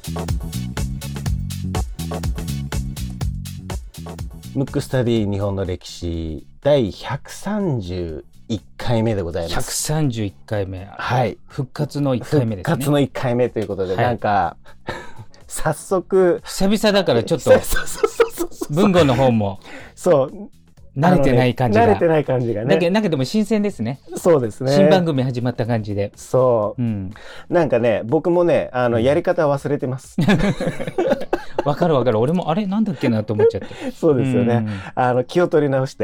ムックスタディ日本の歴史第131回目でございます。 131回目。 はい。 復活の1回目ですね。 復活の1回目ということで、はい、なんか早速久々だからちょっと文豪の方もそう慣れてない感じが、 慣れてない感じがね。 なんかでも新鮮ですね。 そうですね。 新番組始まった感じで。 そう。なんかね、僕もね、やり方忘れてます。 わかる。俺もあれなんだっけなと思っちゃって。 そうですよね。気を取り直して、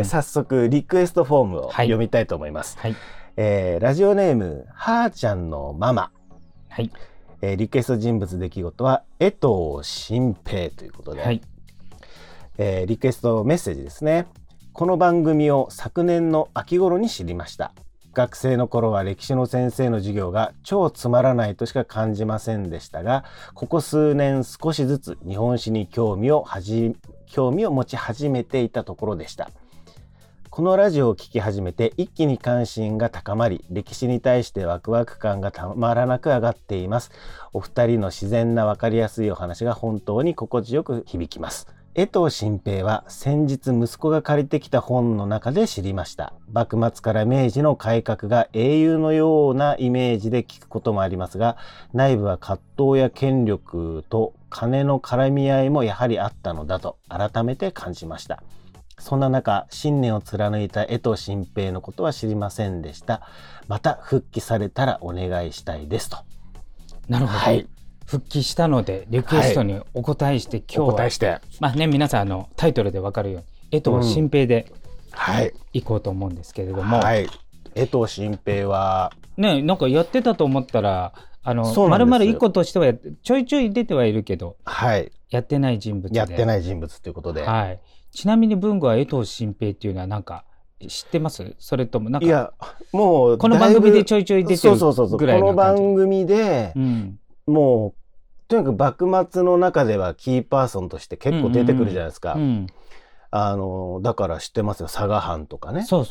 早速リクエストフォームを読みたいと思います。はい。ラジオネームはーちゃんのママ。はい。リクエスト人物出来事は江藤新平ということで。はい。リクエストメッセージですね。この番組を昨年の秋頃に知りました。学生の頃は歴史の先生の授業が超つまらないとしか感じませんでしたが、ここ数年少しずつ日本史に興味を持ち始めていたところでした。このラジオを聞き始めて一気に関心が高まり、歴史に対してワクワク感がたまらなく上がっています。お二人の自然な分かりやすいお話が本当に心地よく響きます。江藤新平は先日息子が借りてきた本の中で知りました。幕末から明治の改革が英雄のようなイメージで聞くこともありますが、内部は葛藤や権力と金の絡み合いもやはりあったのだと改めて感じました。そんな中、信念を貫いた江藤新平のことは知りませんでした。また復帰されたらお願いしたいですと。 なるほど。はい。復帰したのでリクエストにお答えして、今日はお答えして、 まあね、皆さんタイトルで分かるように江藤新平でいこうと思うんですけれども、 はい、江藤新平はね、なんかやってたと思ったら丸々一個としてはちょいちょい出てはいるけど、はい、やってない人物ということで、 はい、ちなみに文具は江藤新平っていうのはなんか知ってます？それともなんか、 いやもうこの番組でちょいちょい出てるぐらいの感じ。 この番組で、もうとにかく幕末の中ではキーパーソンとして結構出てくるじゃないですか。だから知ってますよ。佐賀藩とかね。 そう。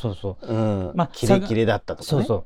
キレキレだったとかね。 そう。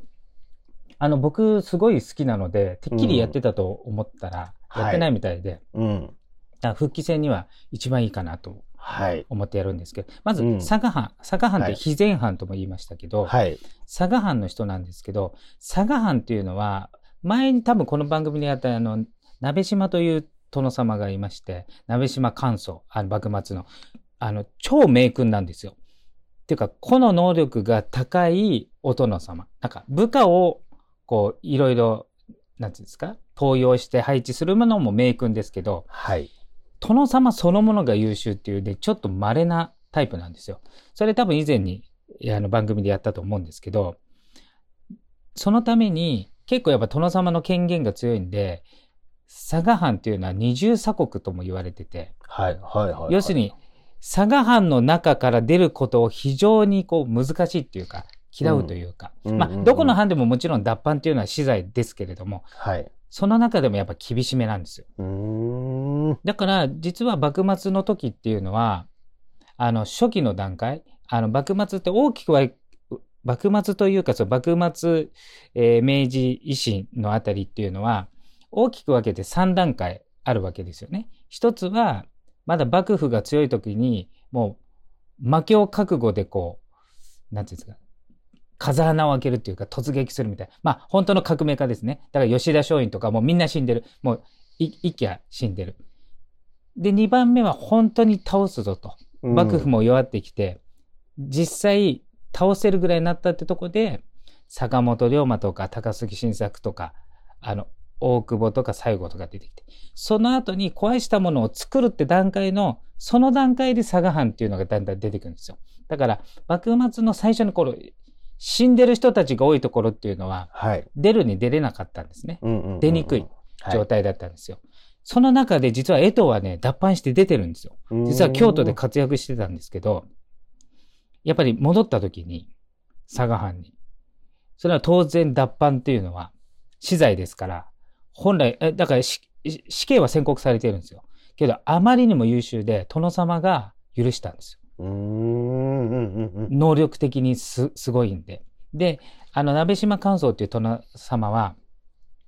僕すごい好きなので、てっきりやってたと思ったら、やってないみたいで、復帰戦には一番いいかなと思ってやるんですけど、まず佐賀藩って肥前藩とも言いましたけど、佐賀藩の人なんですけど、佐賀藩っていうのは、前に多分この番組でやった鍋島という殿様がいまして、鍋島寛宗、幕末の、超名君なんですよ。っていうか、個の能力が高いお殿様。なんか、部下を、こう、いろいろ、なんていうんですか、登用して配置するものも名君ですけど、はい。殿様そのものが優秀っていうね、ちょっと稀なタイプなんですよ。それ多分以前に、番組でやったと思うんですけど、そのために、結構やっぱ殿様の権限が強いんで、佐賀藩っていうのは二重鎖国とも言われてて、要するに佐賀藩の中から出ることを非常にこう難しいっていうか嫌うというか、どこの藩でももちろん脱藩っていうのは死罪ですけれども、その中でもやっぱ厳しめなんですよ。だから実は幕末の時っていうのは初期の段階、幕末って大きくは幕末というか幕末、明治維新のあたりっていうのは大きく分けて3段階あるわけですよね。一つは、まだ幕府が強い時に、もう、負けを覚悟でこう、なんていうんですか、風穴を開けるっていうか突撃するみたいな。本当の革命家ですね。だから吉田松陰とかもうみんな死んでる。もう、一気は死んでる。で、2番目は本当に倒すぞと。幕府も弱ってきて、実際倒せるぐらいになったってとこで、坂本龍馬とか高杉晋作とか、大久保とか西郷とか出てきて、その後に壊したものを作るって段階の、その段階で佐賀藩っていうのがだんだん出てくるんですよ。だから、幕末の最初の頃、死んでる人たちが多いところっていうのは、出るに出れなかったんですね。出にくい状態だったんですよ。その中で実は江藤はね、脱藩して出てるんですよ。実は京都で活躍してたんですけど、やっぱり戻った時に、佐賀藩に。それは当然脱藩っていうのは死罪ですから、本来、だから死刑は宣告されてるんですよ。けど、あまりにも優秀で、殿様が許したんですよ。能力的にすごいんで。で、鍋島寛宗っていう殿様は、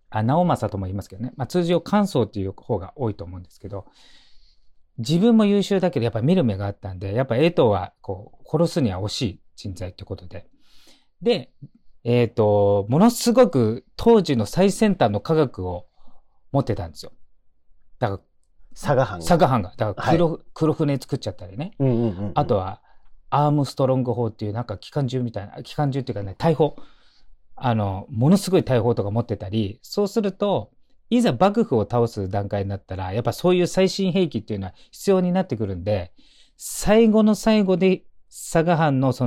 直政とも言いますけどね。通常関宗っていう方が多いと思うんですけど、自分も優秀だけどやっぱ見る目があったんで、やっぱ江藤は殺すには惜しい人材ってことで。で、ものすごく当時の最先端の科学を持ってたんですよ。だから、佐賀藩が。だから黒船作っちゃったりね。あとは、アームストロング砲っていうなんか機関銃っていうかね、大砲。ものすごい大砲とか持ってたり、そうすると、いざ幕府を倒す段階になったら、やっぱそういう最新兵器っていうのは必要になってくるんで、最後の最後で佐賀藩の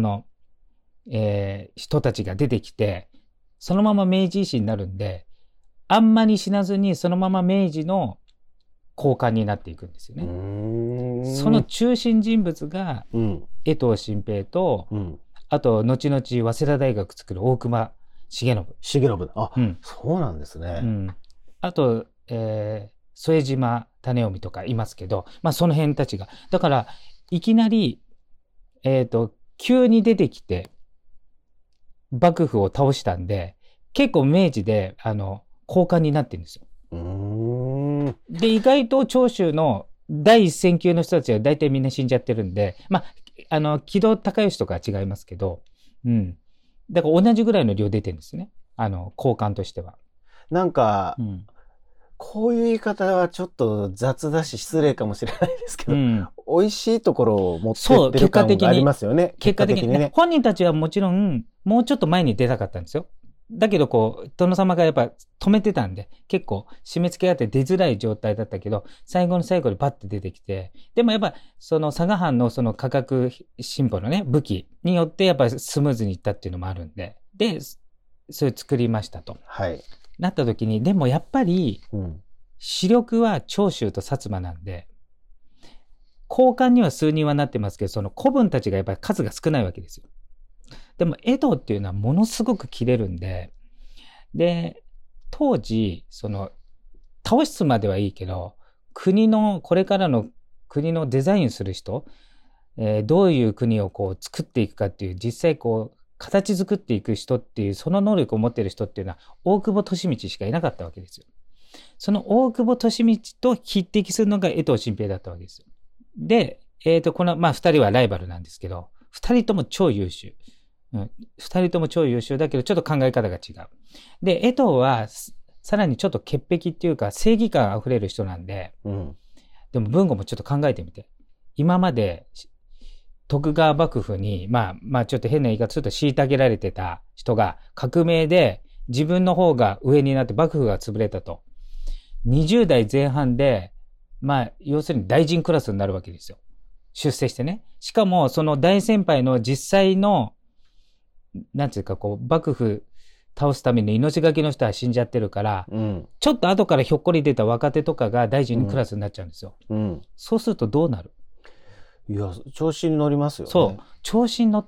人たちが出てきて、そのまま明治維新になるんで、あんまり死なずにそのまま明治の高官になっていくんですよね。その中心人物が、江藤新平と、あと、後々早稲田大学作る大隈重信。 そうなんですね。 あと、副島種臣とかいますけど、その辺たちが。だから、いきなり、急に出てきて、幕府を倒したんで、結構明治で、高官になってるんですよ。で、意外と長州の第一線級の人たちは大体みんな死んじゃってるんで、木戸孝允とかは違いますけど、だから同じぐらいの量出てるんですね。高官としては。 なんか、こういう言い方はちょっと雑だし失礼かもしれないですけど、美味しいところを持ってってる感がありますよね。 結果的にね。本人たちはもちろん、もうちょっと前に出たかったんですよ。だけど殿様がやっぱ止めてたんで、結構締め付けがあって出づらい状態だったけど、最後の最後でバッて出てきて、でもやっぱ佐賀藩の科学進歩のね、武器によってやっぱスムーズにいったっていうのもあるんで、で、それ作りましたと。なった時に、でもやっぱり、主力は長州と薩摩なんで、高官には数人はなってますけど、子分たちがやっぱり数が少ないわけですよ。でも、江戸っていうのはものすごく切れるんで、で、当時、倒すまではいいけど、これからの国のデザインする人、どういう国を作っていくかっていう、実際形作っていく人っていう、その能力を持っている人っていうのは、大久保利通しかいなかったわけですよ。その大久保利通と匹敵するのが江藤新平だったわけですよ。で、この、二人はライバルなんですけど、二人とも超優秀。二人とも超優秀だけど、ちょっと考え方が違う。で、江藤は、さらにちょっと潔癖っていうか、正義感あふれる人なんで、でも文吾もちょっと考えてみて。今まで、徳川幕府に、ちょっと変な言い方すると虐げられてた人が、革命で自分の方が上になって幕府が潰れたと。20代前半で、要するに大臣クラスになるわけですよ。出世してね。しかも、その大先輩の実際の、なんていうか、幕府倒すために命がけの人は死んじゃってるから、ちょっと後からひょっこり出た若手とかが大臣クラスになっちゃうんですよ。そうするとどうなる？ いや、調子に乗りますよね。 そう。調子に乗って、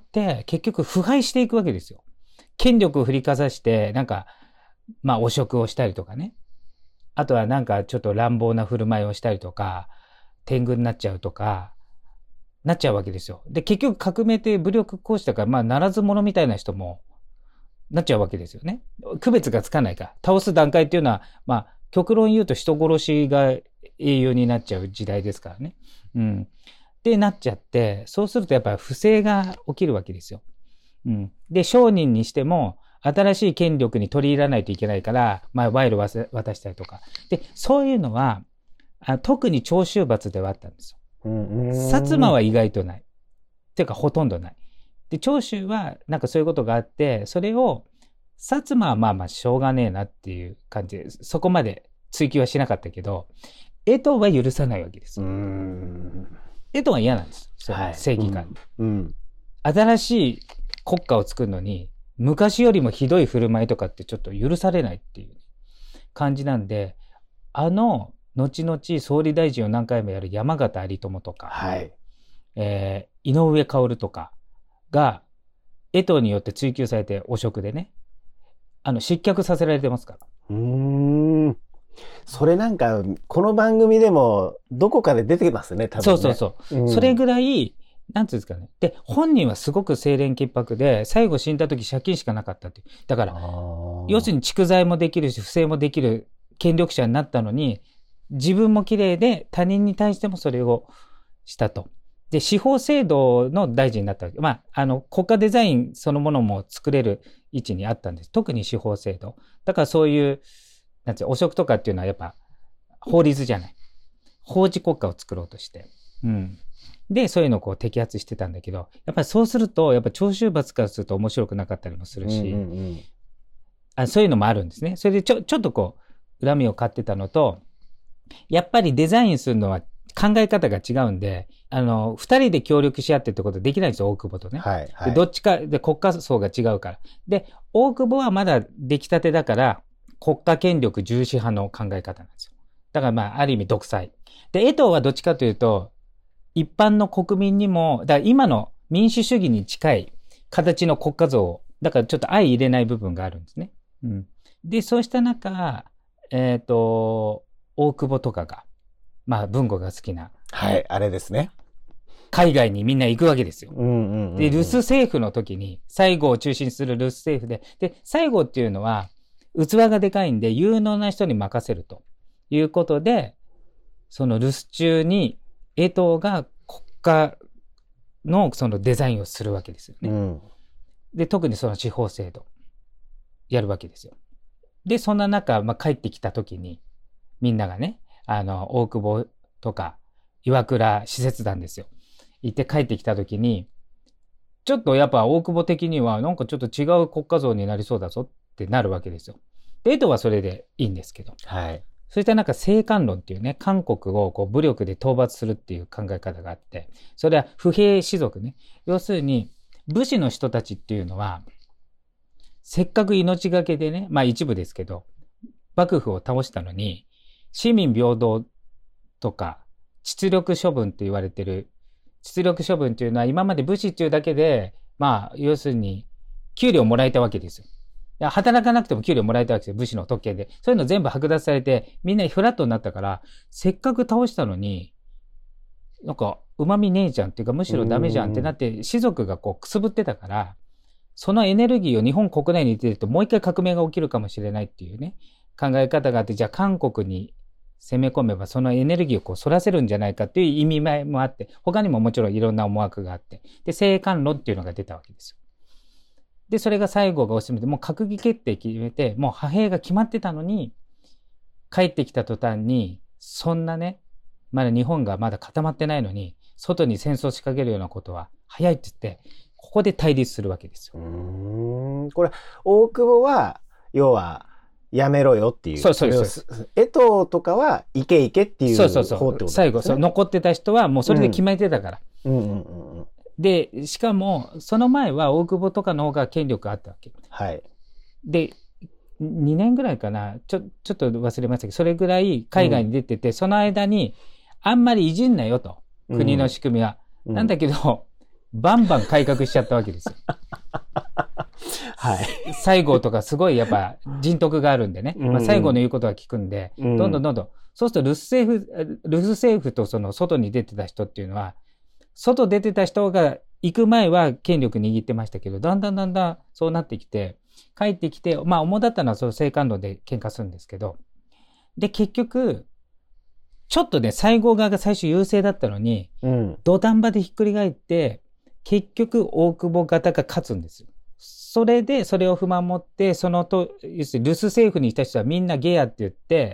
結局腐敗していくわけですよ。権力を振りかざして、なんか、汚職をしたりとかね。あとはなんかちょっと乱暴な振る舞いをしたりとか、天狗になっちゃうとか、なっちゃうわけですよ。で、結局革命って武力行使だから、ならず者みたいな人も、なっちゃうわけですよね。区別がつかないから。倒す段階っていうのは、極論言うと人殺しが英雄になっちゃう時代ですからね。で、なっちゃって、そうするとやっぱり不正が起きるわけですよ。で、商人にしても、新しい権力に取り入れないといけないから、賄賂渡したりとか。で、そういうのは、特に長州閥ではあったんですよ。薩摩は意外とない。っていうか、ほとんどない。で、長州は、なんかそういうことがあって、それを、薩摩はしょうがねえなっていう感じで、そこまで追求はしなかったけど、江藤は許さないわけです。江藤は嫌なんです。正義感。新しい国家を作るのに、昔よりもひどい振る舞いとかってちょっと許されないっていう感じなんで、後々総理大臣を何回もやる山形有朋とか、井上馨とかが、江藤によって追及されて汚職でね、失脚させられてますから。 それなんか、この番組でもどこかで出てきますね、多分ね。 そう。それぐらい、 なんつうんですかね。で、本人はすごく清廉潔白で、最後死んだ時借金しかなかったっていう。だから、要するに蓄財もできるし、不正もできる権力者になったのに、自分も綺麗で他人に対してもそれをしたと。で、司法制度の大臣になったわけ。まあ、国家デザインそのものも作れる位置にあったんです。特に司法制度。だからそういう、なんていう、汚職とかっていうのはやっぱ法律じゃない。法治国家を作ろうとして。うん。で、そういうのをこう摘発してたんだけど、やっぱりそうすると、やっぱ徴収罰からすると面白くなかったりもするし、そういうのもあるんですね。それでちょっとこう、恨みを買ってたのと、やっぱりデザインするのは考え方が違うんで、二人で協力し合ってってことできないんですよ、大久保とね。 はいはい、 でどっちか、で、国家層が違うから。で、大久保はまだ出来たてだから、国家権力重視派の考え方なんですよ。だからまあ、ある意味独裁。で、江藤はどっちかというと、一般の国民にも、だから今の民主主義に近い形の国家像を、だからちょっと相入れない部分があるんですね。うん。で、そうした中、大久保とかが、まあ、文吾が好きな。 はい、あれですね。 海外にみんな行くわけですよ。で、留守政府の時に、西郷を中心する留守政府で、で、西郷っていうのは、器がでかいんで、有能な人に任せるということで、その留守中に、江藤が国家のそのデザインをするわけですよね。で、特にその司法制度、やるわけですよ。で、そんな中、まあ、帰ってきた時に、みんながね、大久保とか、岩倉使節団ですよ。行って帰ってきた時に、ちょっとやっぱ大久保的には、なんかちょっと違う国家像になりそうだぞってなるわけですよ。で、江藤はそれでいいんですけど。 はい。 そういったなんか政官論っていうね、韓国をこう武力で討伐するっていう考え方があって、それは不平士族ね。要するに、武士の人たちっていうのは、せっかく命がけでね、まあ一部ですけど、幕府を倒したのに、市民平等とか、秩力処分って言われてる、秩力処分っていうのは今まで武士っていうだけで、まあ、要するに、給料もらえたわけですよ。働かなくても給料もらえたわけですよ。武士の特権で。そういうの全部剥奪されて、みんなフラットになったから、せっかく倒したのに、なんか、旨味ねえじゃんっていうか、むしろダメじゃんってなって、士族がこう、くすぶってたから、そのエネルギーを日本国内に入れると、もう一回革命が起きるかもしれないっていうね、考え方があって、じゃあ韓国に攻め込めば、そのエネルギーをこう、反らせるんじゃないかっていう意味合いもあって、他にももちろんいろんな思惑があって、で、政官論っていうのが出たわけですよ。で、それが西郷が推し進めて、もう閣議決定決めて、もう派兵が決まってたのに、帰ってきた途端に、そんなね、まだ日本がまだ固まってないのに、外に戦争を仕掛けるようなことは早いって言って、ここで対立するわけですよ。 これ、大久保は、要は、やめろよっていう。 そうそうそう。 江藤とかは、いけいけっていう方ってことですね。 最後、残ってた人はもうそれで決めてたから。で、しかも、その前は大久保とかの方が権力あったわけ。 はい。 で、2年ぐらいかな、ちょっと忘れましたけど、それぐらい海外に出てて、その間に、あんまりいじんなよと。国の仕組みは。なんだけど、バンバン改革しちゃったわけですよ。 はい。 西郷とかすごいやっぱ人徳があるんでね。まあ、西郷の言うことは聞くんで、どんどん。そうすると留守政府とその外に出てた人っていうのは、外出てた人が行く前は権力握ってましたけど、だんだんそうなってきて、帰ってきて、まあ主だったのはその政官論で喧嘩するんですけど、で結局、ちょっとね、西郷側が最初優勢だったのに、土壇場でひっくり返って、結局大久保方が勝つんですよ。それで、それを不満持って、要するに留守政府にいた人はみんなゲアって言って、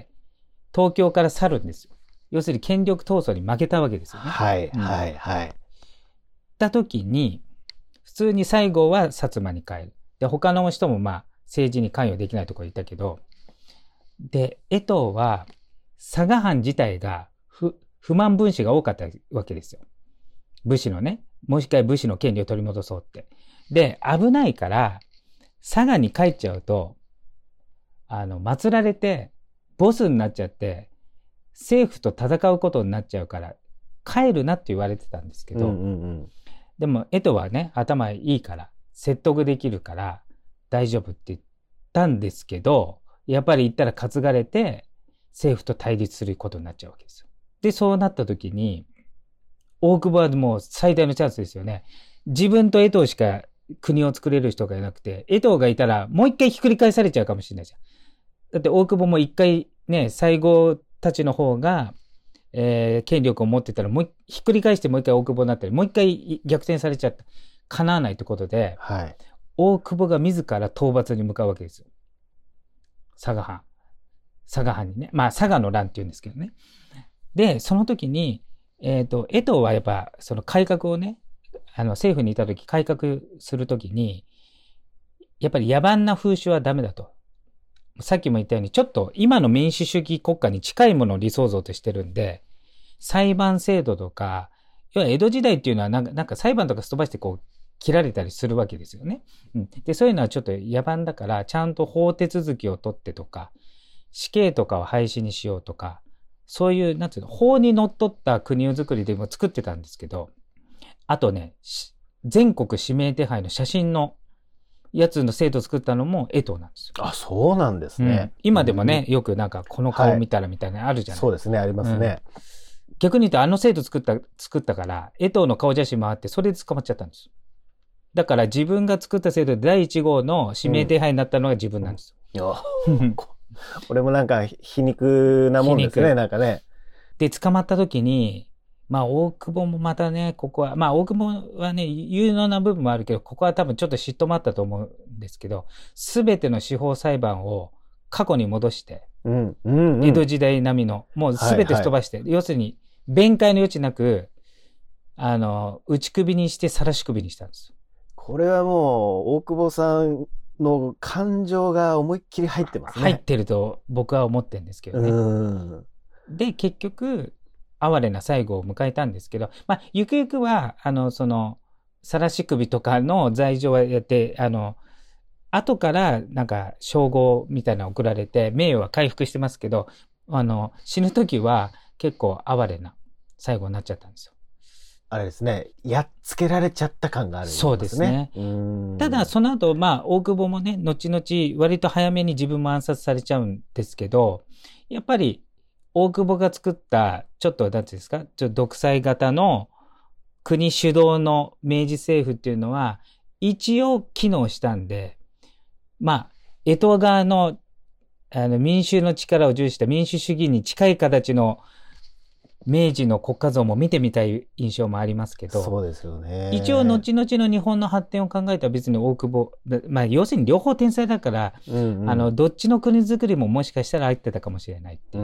東京から去るんですよ。要するに権力闘争に負けたわけですよね。 はい。 た時に、普通に西郷は薩摩に帰る。で、他の人もまあ、政治に関与できないところにいたけど、で、江藤は、佐賀藩自体が不満分子が多かったわけですよ。武士のね、もう一回武士の権利を取り戻そうって。で、危ないから、佐賀に帰っちゃうと、祀られて、ボスになっちゃって、政府と戦うことになっちゃうから、帰るなって言われてたんですけど、でも、江藤はね、頭いいから、説得できるから、大丈夫って言ったんですけど、やっぱり言ったら担がれて、政府と対立することになっちゃうわけですよ。で、そうなった時に、 大久保はもう最大のチャンスですよね。自分と江藤しか国を作れる人がいなくて、江藤がいたらもう一回ひっくり返されちゃうかもしれないじゃん。だって大久保も一回ね、西郷たちの方が、権力を持ってたらもうひっくり返してもう一回大久保になったり、もう一回逆転されちゃった。叶わないってことで、はい、大久保が自ら討伐に向かうわけですよ。佐賀藩にね。まあ佐賀の乱って言うんですけどね。で、その時に、江藤はやっぱその改革をね、政府にいた時改革する時に、やっぱり野蛮な風習はダメだと。さっきも言ったように、ちょっと今の民主主義国家に近いものを理想像としてるんで、裁判制度とか、要は江戸時代っていうのはなんか裁判とかすっ飛ばしてこう切られたりするわけですよね。で、そういうのはちょっと野蛮だから、ちゃんと法手続きを取ってとか、死刑とかを廃止にしようとか、そういう、なんていうの、法にのっとった国を作りでも作ってたんですけど、あとね、全国指名手配の写真のやつの制度を作ったのも江藤なんですよ。 あ、そうなんですね。 今でもね、よくなんかこの顔見たらみたいなのあるじゃない、 そうですね、ありますね。 逆に言うと制度作ったから、江藤の顔写真もあって、それで捕まっちゃったんです。だから自分が作った制度で第1号の指名手配になったのが自分なんですよ。 俺もなんか皮肉なもんですね、なんかね。 で、捕まった時に、まあ大久保もまたね、ここは、まあ大久保はね、有能な部分もあるけど、ここは多分ちょっと嫉妬もあったと思うんですけど、すべての司法裁判を過去に戻して、江戸時代並みの、もうすべてすっ飛ばして、要するに弁解の余地なく、打ち首にして晒し首にしたんです。 これはもう大久保さんの感情が思いっきり入ってますね。 入ってると僕は思ってるんですけどね。で、結局、哀れな最後を迎えたんですけど、まあ、ゆくゆくは、晒し首とかの罪状はやって、後からなんか称号みたいなの送られて、名誉は回復してますけど、死ぬ時は結構哀れな最後になっちゃったんですよ。 あれですね、やっつけられちゃった感があるんですね。 そうですね。ただ、その後、まあ、大久保もね、後々、割と早めに自分も暗殺されちゃうんですけど、やっぱり、大久保が作った、ちょっと、なんていうんですか、ちょっと独裁型の国主導の明治政府っていうのは、一応機能したんで、まあ、江藤側の、民衆の力を重視した民主主義に近い形の明治の国家像も見てみたい印象もありますけど、 そうですよね。 一応後々の日本の発展を考えたら別に大久保、まあ要するに両方天才だから、どっちの国づくりももしかしたら入ってたかもしれないっていう。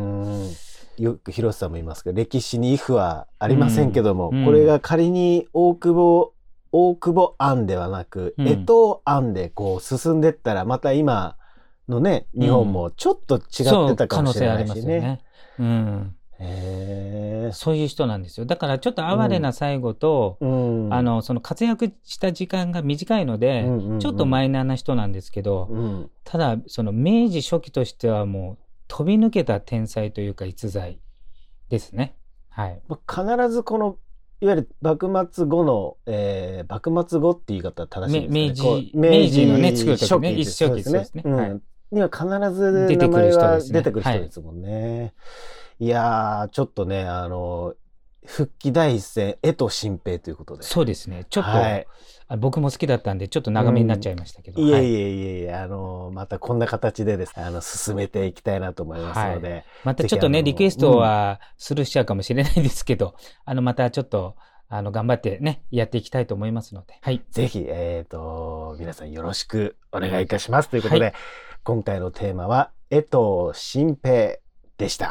よく広瀬さんも言いますけど、歴史にイフはありませんけども、これが仮に大久保案ではなく、江藤案でこう進んでったら、また今のね、日本もちょっと違ってたかもしれないしね。そう、可能性ありますよね。そういう人なんですよ。だからちょっと哀れな最後と、その活躍した時間が短いので、ちょっとマイナーな人なんですけど、ただその明治初期としてはもう飛び抜けた天才というか逸材ですね。はい。 必ずこのいわゆる幕末後の、幕末後っていう言い方は正しいですね。 明治のね作る時ね、一初期ですね。 には必ず名前は出てくる人ですもんね。いやー、ちょっとね、復帰第一戦、江藤新平ということで。 そうですね。ちょっと、僕も好きだったんで、ちょっと長めになっちゃいましたけど。 いえ、またこんな形でですね、進めていきたいなと思いますので。 またちょっとね、リクエストはスルーしちゃうかもしれないですけど、またちょっと、頑張ってね、やっていきたいと思いますので。はい。 ぜひ、皆さんよろしくお願いいたします。ということで、今回のテーマは、江藤新平でした。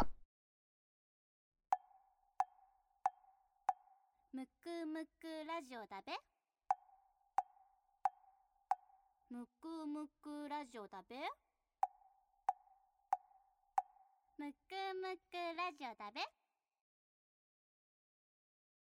むくむくラジオだべ。むくむくラジオだべ。むくむくラジオだべ。